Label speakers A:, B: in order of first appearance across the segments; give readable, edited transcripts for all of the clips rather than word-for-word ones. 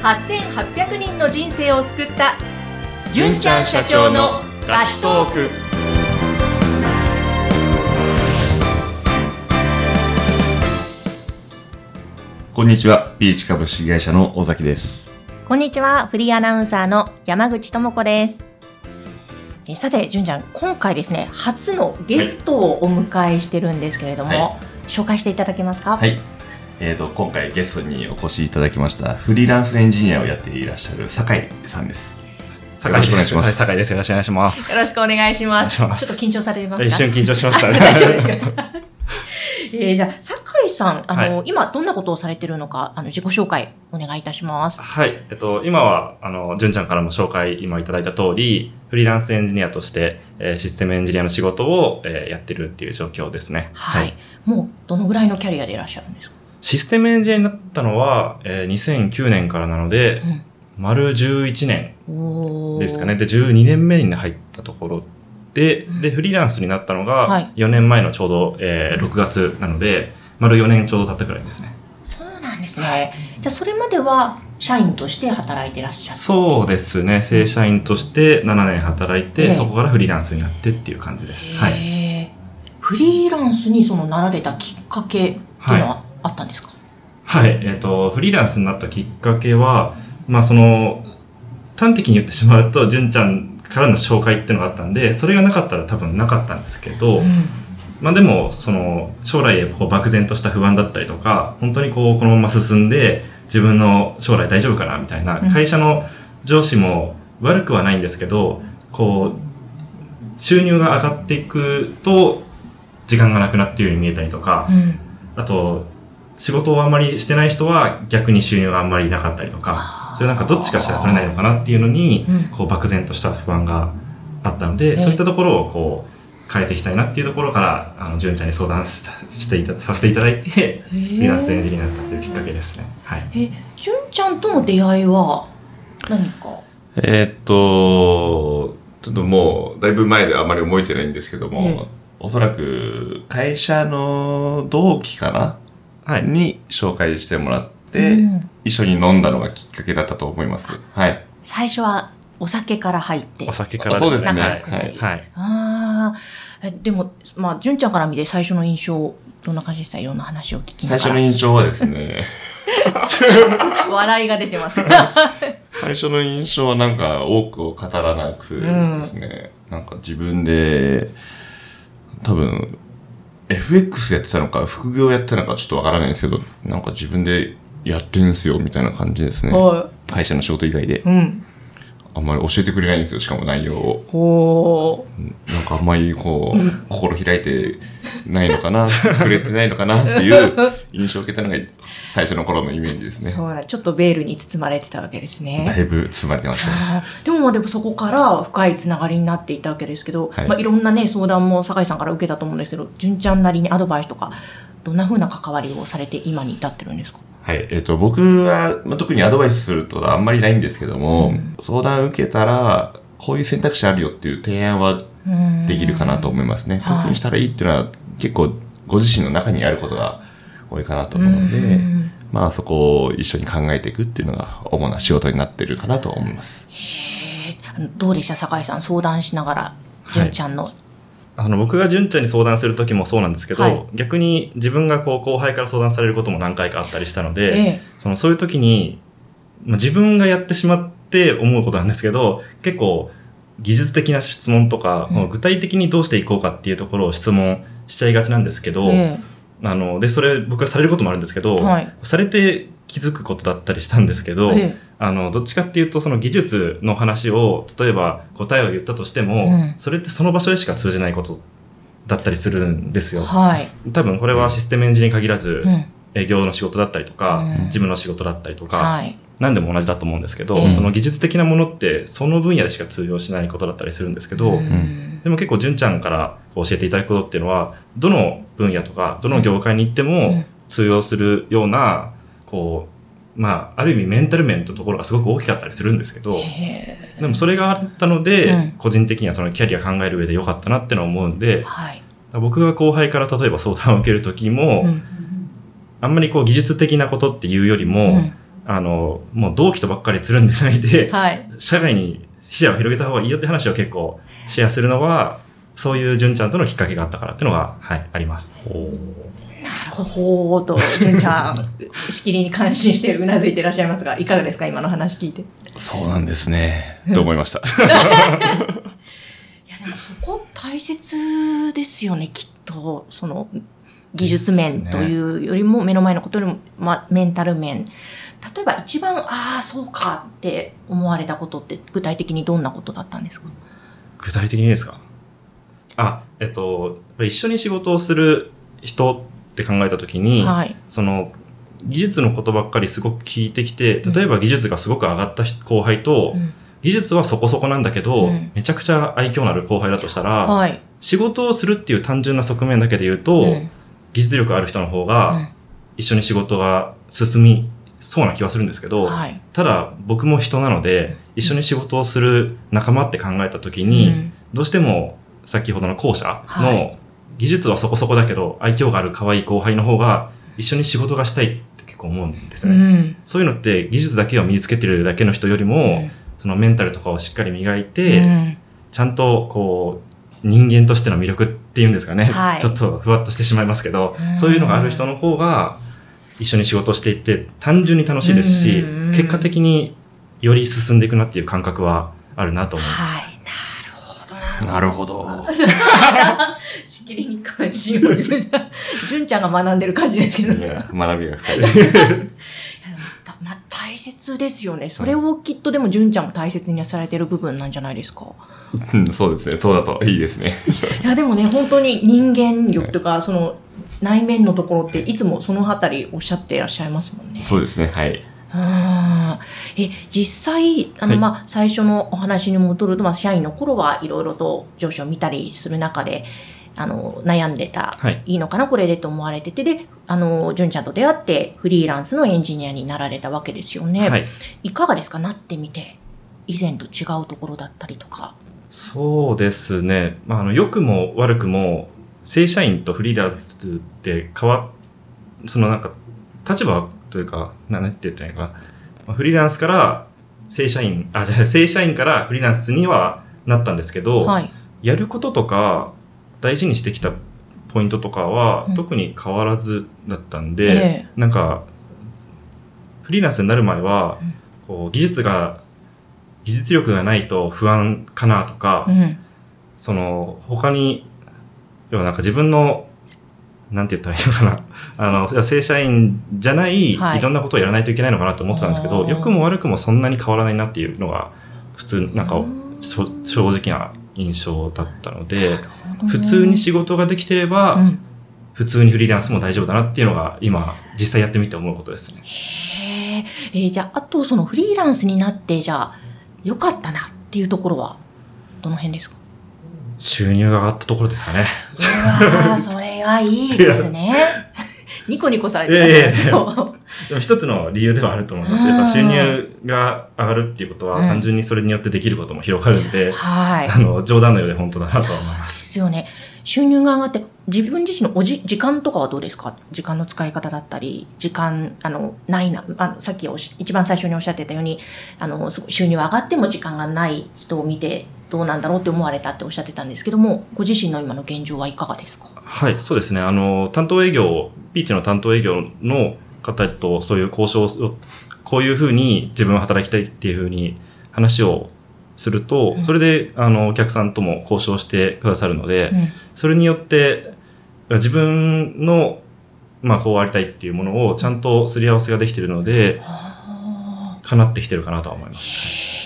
A: 8800人の人生を救った純ちゃん社長のガチトーク。
B: こんにちは、ビーチ株式会社の尾崎です。
A: こんにちは、フリーアナウンサーの山口智子です。さて、純ちゃん、今回ですね、初のゲストをお迎えしてるんですけれども、紹介していただけますか？
B: はい。今回ゲストにお越しいただきましたフリーランスエンジニアをやっていらっしゃる酒井さんです。
C: よろしくお願いします。酒井です。よろしくお願いします。
A: よろしくお願いします。ちょっと緊張されてますか？
C: 一瞬緊張しましたね。
A: 大丈夫ですか？じゃあ酒井さん、今どんなことをされているのか、自己紹介お願いいたします。
C: はい。今は純ちゃんからも紹介今いただいた通り、フリーランスエンジニアとして、システムエンジニアの仕事を、やってるっていう状況ですね。
A: はい。もうどのぐらいのキャリアでいらっしゃるんですか？
C: システムエンジニアになったのは、2009年からなので、丸11年ですかね。で、12年目に入ったところで、フリーランスになったのが4年前のちょうど、6月なので、丸4年ちょうど経ったくらいですね。
A: そうなんですね。じゃあそれまでは社員として働いてらっしゃる？
C: そうですね。正社員として7年働いて、そこからフリーランスになってっていう感じです。はい。
A: フリーランスになられたきっかけっていうのはあったんですか？
C: はい。フリーランスになったきっかけは、端的に言ってしまうと、純ちゃんからの紹介っていうのがあったんで、それがなかったら多分なかったんですけど、でも、将来へ漠然とした不安だったりとか、本当にこのまま進んで、自分の将来大丈夫かなみたいな、会社の上司も悪くはないんですけど、収入が上がっていくと、時間がなくなっているように見えたりとか、あと、仕事をあんまりしてない人は逆に収入があんまりなかったりとか、それどっちかしか取れないのかなっていうのに、漠然とした不安があったので、そういったところを変えていきたいなっていうところから、純ちゃんに相談させていただいて、フリーランスエンジニアになったっていうきっかけですね。はい。
A: 純ちゃんとの出会いは何か？
B: ちょっともうだいぶ前であまり覚えてないんですけども、おそらく会社の同期かな、に紹介してもらって、一緒に飲んだのがきっかけだったと思います。はい。
A: 最初はお酒から入って。
C: お酒からですね。
B: そうですね。
A: はい。でも、純ちゃんから見て最初の印象、どんな感じでした？いろんな話を聞きながら。
B: 最初の印象はですね。
A: 笑いが出てますよ。
B: 最初の印象は多くを語らなくてですね、自分で、多分、FX やってたのか、副業やってたのかちょっとわからないんですけど、自分でやってんすよ、みたいな感じですね。会社の仕事以外で。あんまり教えてくれないんですよ、しかも内容を。あんまり心開いてないのかな、くれてないのかなっていう印象を受けたのが最初の頃のイメージですね。
A: そうだ、ちょっとベールに包まれてたわけですね。
B: だいぶ包まれてましたね。
A: でもそこから深いつながりになっていたわけですけど、いろんなね、相談も酒井さんから受けたと思うんですけど、純ちゃんなりにアドバイスとか、どんな風な関わりをされて今に至ってるんですか？
B: はい。僕は、特にアドバイスするとあんまりないんですけども、相談受けたら、こういう選択肢あるよっていう提案はできるかなと思いますね。こういうふうにしたらいいっていうのは結構ご自身の中にあることが多いかなと思うので、そこを一緒に考えていくっていうのが主な仕事になってるかなと思います。
A: どうでした？酒井さん、相談しながら、純ちゃんの。
C: 僕が純ちゃんに相談する時もそうなんですけど、逆に自分が後輩から相談されることも何回かあったりしたので、そういう時に、自分がやってしまって思うことなんですけど、結構技術的な質問とか、具体的にどうしていこうかっていうところを質問しちゃいがちなんですけど、で、それ僕がされることもあるんですけど、されて気づくことだったりしたんですけど、どっちかっていうとその技術の話を、例えば答えを言ったとしても、それってその場所でしか通じないことだったりするんですよ。多分これはシステムエンジニアに限らず、営業の仕事だったりとか、事務の仕事だったりとか、何でも同じだと思うんですけど、その技術的なものってその分野でしか通用しないことだったりするんですけど、でも結構純ちゃんから教えていただくことっていうのは、どの分野とかどの業界に行っても通用するような、ある意味メンタル面のところがすごく大きかったりするんですけど、でもそれがあったので、個人的にはそのキャリア考える上で良かったなってのは思うんで、僕が後輩から例えば相談を受ける時も、あんまり技術的なことっていうよりも、 もう同期とばっかりつるんでないで、
A: はい、
C: 社外に視野を広げた方がいいよって話を結構シェアするのは、そういう純ちゃんとのきっかけがあったからっていうのが、はい、あります。
A: なるほど。純ちゃん、しきりに感心してうなずいていらっしゃいますが、いかがですか、今の話聞いて。
B: そうなんですね。と思いました。い
A: や、でもそこ大切ですよね、きっと。その技術面というよりも、目の前のことよりも、メンタル面。例えば一番、そうかって思われたことって具体的にどんなことだったんですか？
C: 具体的にですか？一緒に仕事をする人って考えたときに、はい、その技術のことばっかりすごく聞いてきて、例えば技術がすごく上がった後輩と、技術はそこそこなんだけど、めちゃくちゃ愛嬌のある後輩だとしたら、はい、仕事をするっていう単純な側面だけで言うと、技術力ある人の方が一緒に仕事が進みそうな気はするんですけど、はい、ただ僕も人なので一緒に仕事をする仲間って考えた時に、どうしても先ほどの後者の技術はそこそこだけど愛嬌がある可愛い後輩の方が一緒に仕事がしたいって結構思うんですよね、そういうのって技術だけを身につけてるだけの人よりも、そのメンタルとかをしっかり磨いて、ちゃんとこう人間としての魅力っていうんですかね、はい、ちょっとふわっとしてしまいますけど、そういうのがある人の方が一緒に仕事をしていって単純に楽しいですし、結果的により進んでいくなっていう感覚はあるなと思います。はい、
B: なるほど。
A: しきりに関心を純ちゃんが学んでる感じですけど。
B: いや、学びが深い。
A: 大切ですよね。それをきっとでも純ちゃんも大切にされてる部分なんじゃないですか。
B: そうですね。そうだといいですね。
A: いやでもね、本当に人間力とかその内面のところっていつもそのあたりおっしゃっていらっしゃいますもんね。
B: そうですね。はい。
A: 実際はい、最初のお話に戻ると、社員の頃はいろいろと上司を見たりする中で悩んでた、はい、いいのかなこれでと思われてて、で純ちゃんと出会ってフリーランスのエンジニアになられたわけですよね、はい、いかがですか、なってみて以前と違うところだったりとか。
C: そうですね、良くも悪くも正社員とフリーランスってそのなんか立場というか何て言ったらいいのかな、フリーランスから正社員からフリーランスにはなったんですけど、はい、やることとか大事にしてきたポイントとかは特に変わらずだったんで、なんかフリーランスになる前はこう技術力がないと不安かなとか、その他に要はなんか自分のなんて言ったらいいのかな、正社員じゃない、いろんなことをやらないといけないのかなと思ってたんですけど、良くも悪くもそんなに変わらないなっていうのが普通なんか正直な印象だったので、普通に仕事ができてれば、普通にフリーランスも大丈夫だなっていうのが今実際やってみて思うことですね。
A: じゃあとそのフリーランスになってじゃあ良かったなっていうところはどの辺ですか？
C: 収入が上がったところですかね。
A: それはいいですね。ニコニコされてますけど。
C: でも一つの理由ではあると思います。やっぱ収入が上がるっていうことは、単純にそれによってできることも広がるんで、冗談のようで本当だなとは思います。
A: ですよね。収入が上がって、自分自身の時間とかはどうですか？時間の使い方だったり、ないな、さっき一番最初におっしゃってたように、収入が上がっても時間がない人を見て、どうなんだろうって思われたっておっしゃってたんですけども、ご自身の今の現状はいかがですか？
C: はい、そうですね。担当営業、ピーチの担当営業の方とそういう交渉を、こういうふうに自分は働きたいっていうふうに話をすると、それでお客さんとも交渉してくださるので、それによって自分のこうありたいっていうものをちゃんとすり合わせができているので、叶ってきてるかなとは思います。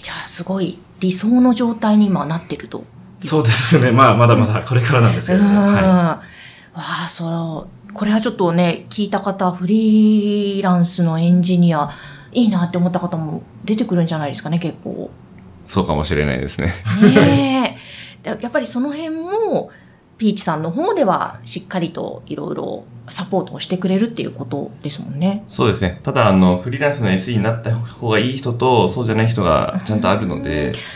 A: じゃあすごい理想の状態に今なってると。
C: そうですね。まだまだこれからなんですけど、
A: これはちょっとね、聞いた方、フリーランスのエンジニアいいなって思った方も出てくるんじゃないですかね、結構。
B: そうかもしれないですね。
A: やっぱりその辺もピーチさんの方ではしっかりといろいろサポートをしてくれるっていうことですもんね。
B: そうですね。ただフリーランスの SE になった方がいい人とそうじゃない人がちゃんとあるので、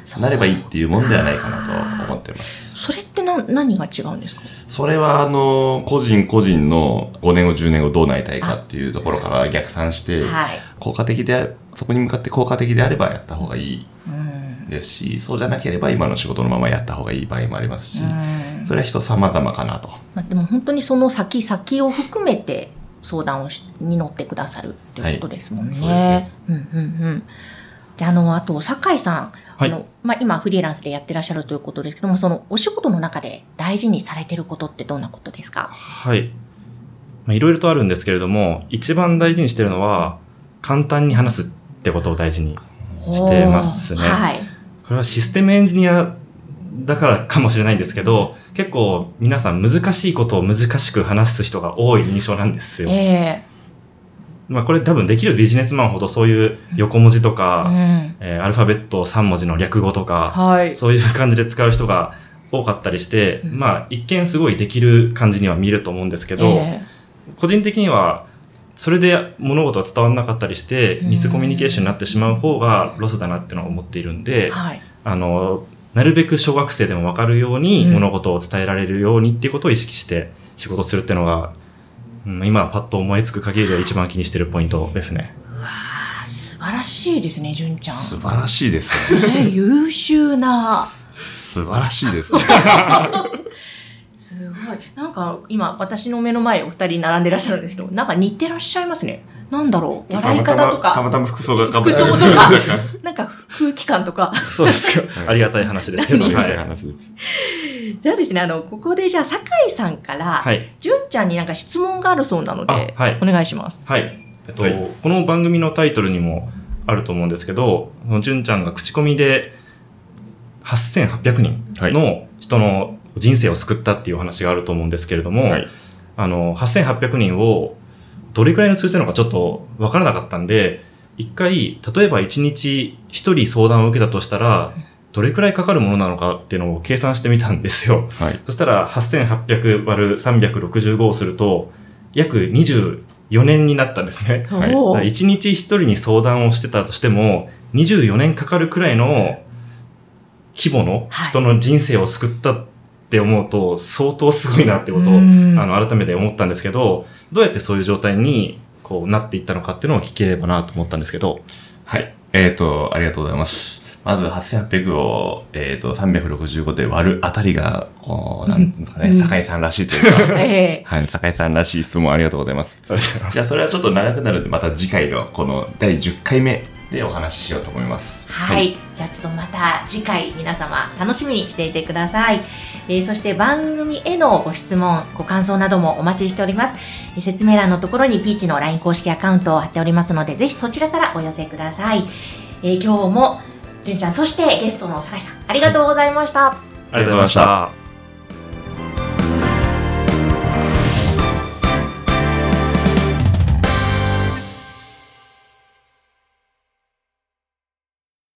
B: なればいいっていうもんではないかなと思っています。
A: それって何が違うんですか？
B: それは個人個人の5年後10年後どうなりたいかっていうところから逆算して、効果的でそこに向かって効果的であればやった方がいいですし、そうじゃなければ今の仕事のままやった方がいい場合もありますし、それは人様々かなと。
A: でも本当にその先々を含めて相談に乗ってくださるっていうことですもんね。そうですね。であと酒井さん、今フリーランスでやってらっしゃるということですけども、そのお仕事の中で大事にされてることってどんなことですか？
C: はい。いろいろとあるんですけれども、一番大事にしてるのは簡単に話すってことを大事にしてますね。これはシステムエンジニアだからかもしれないんですけど、結構皆さん難しいことを難しく話す人が多い印象なんですよ。これ多分できるビジネスマンほどそういう横文字とか、アルファベット3文字の略語とか、そういう感じで使う人が多かったりして、一見すごいできる感じには見えると思うんですけど、個人的にはそれで物事が伝わらなかったりしてミスコミュニケーションになってしまう方がロスだなっていうのは思っているんで、なるべく小学生でも分かるように物事を伝えられるようにっていうことを意識して仕事するっていうのが、今パッと思いつく限りでは一番気にしているポイントですね。
A: うわー、素晴らしいですね、純ちゃん。
B: 素晴らしいですね。
A: 優秀な。
B: 素晴らしいですね。
A: すごい。なんか今私の目の前お二人並んでらっしゃるんですけど、なんか似てらっしゃいますね。なんだろう、笑い方とか。
B: たまたま服装が
A: 服装とか、なんか空気感とか。
C: そうですか。ありがたい話ですけど。
B: ありがたい話です。
A: ではですね、ここでじゃあ、酒井さんから、純ちゃんになんか質問があるそうなので、お願いします。
C: はい。この番組のタイトルにもあると思うんですけど、純ちゃんが口コミで8800人の人の人生を救ったっていう話があると思うんですけれども、8800人をどれくらいの数字なのかちょっと分からなかったんで、一回、例えば1日1人相談を受けたとしたら、どれくらいかかるものなのかっていうのを計算してみたんですよ。そしたら、8800割る365をすると、約24年になったんですね。1日1人に相談をしてたとしても、24年かかるくらいの規模の人の人生を救ったって思うと、相当すごいなってことを改めて思ったんですけど、どうやってそういう状態にこうなっていったのかっていうのを聞ければなと思ったんですけど。
B: はい。ありがとうございます。まず8800を、365で割るあたりが、なんですかね、酒井さんらしいというか、酒井さんらしい質問ありがとうございます。じゃあそれはちょっと長くなるので、また次回のこの第10回目でお話ししようと思います。
A: じゃあちょっとまた次回皆様楽しみにしていてください。そして番組へのご質問、ご感想などもお待ちしております。説明欄のところにピーチの LINE 公式アカウントを貼っておりますので、ぜひそちらからお寄せください。今日も純ちゃん、そしてゲストの酒井さん、ありがとうございました。
C: ありがとうございました。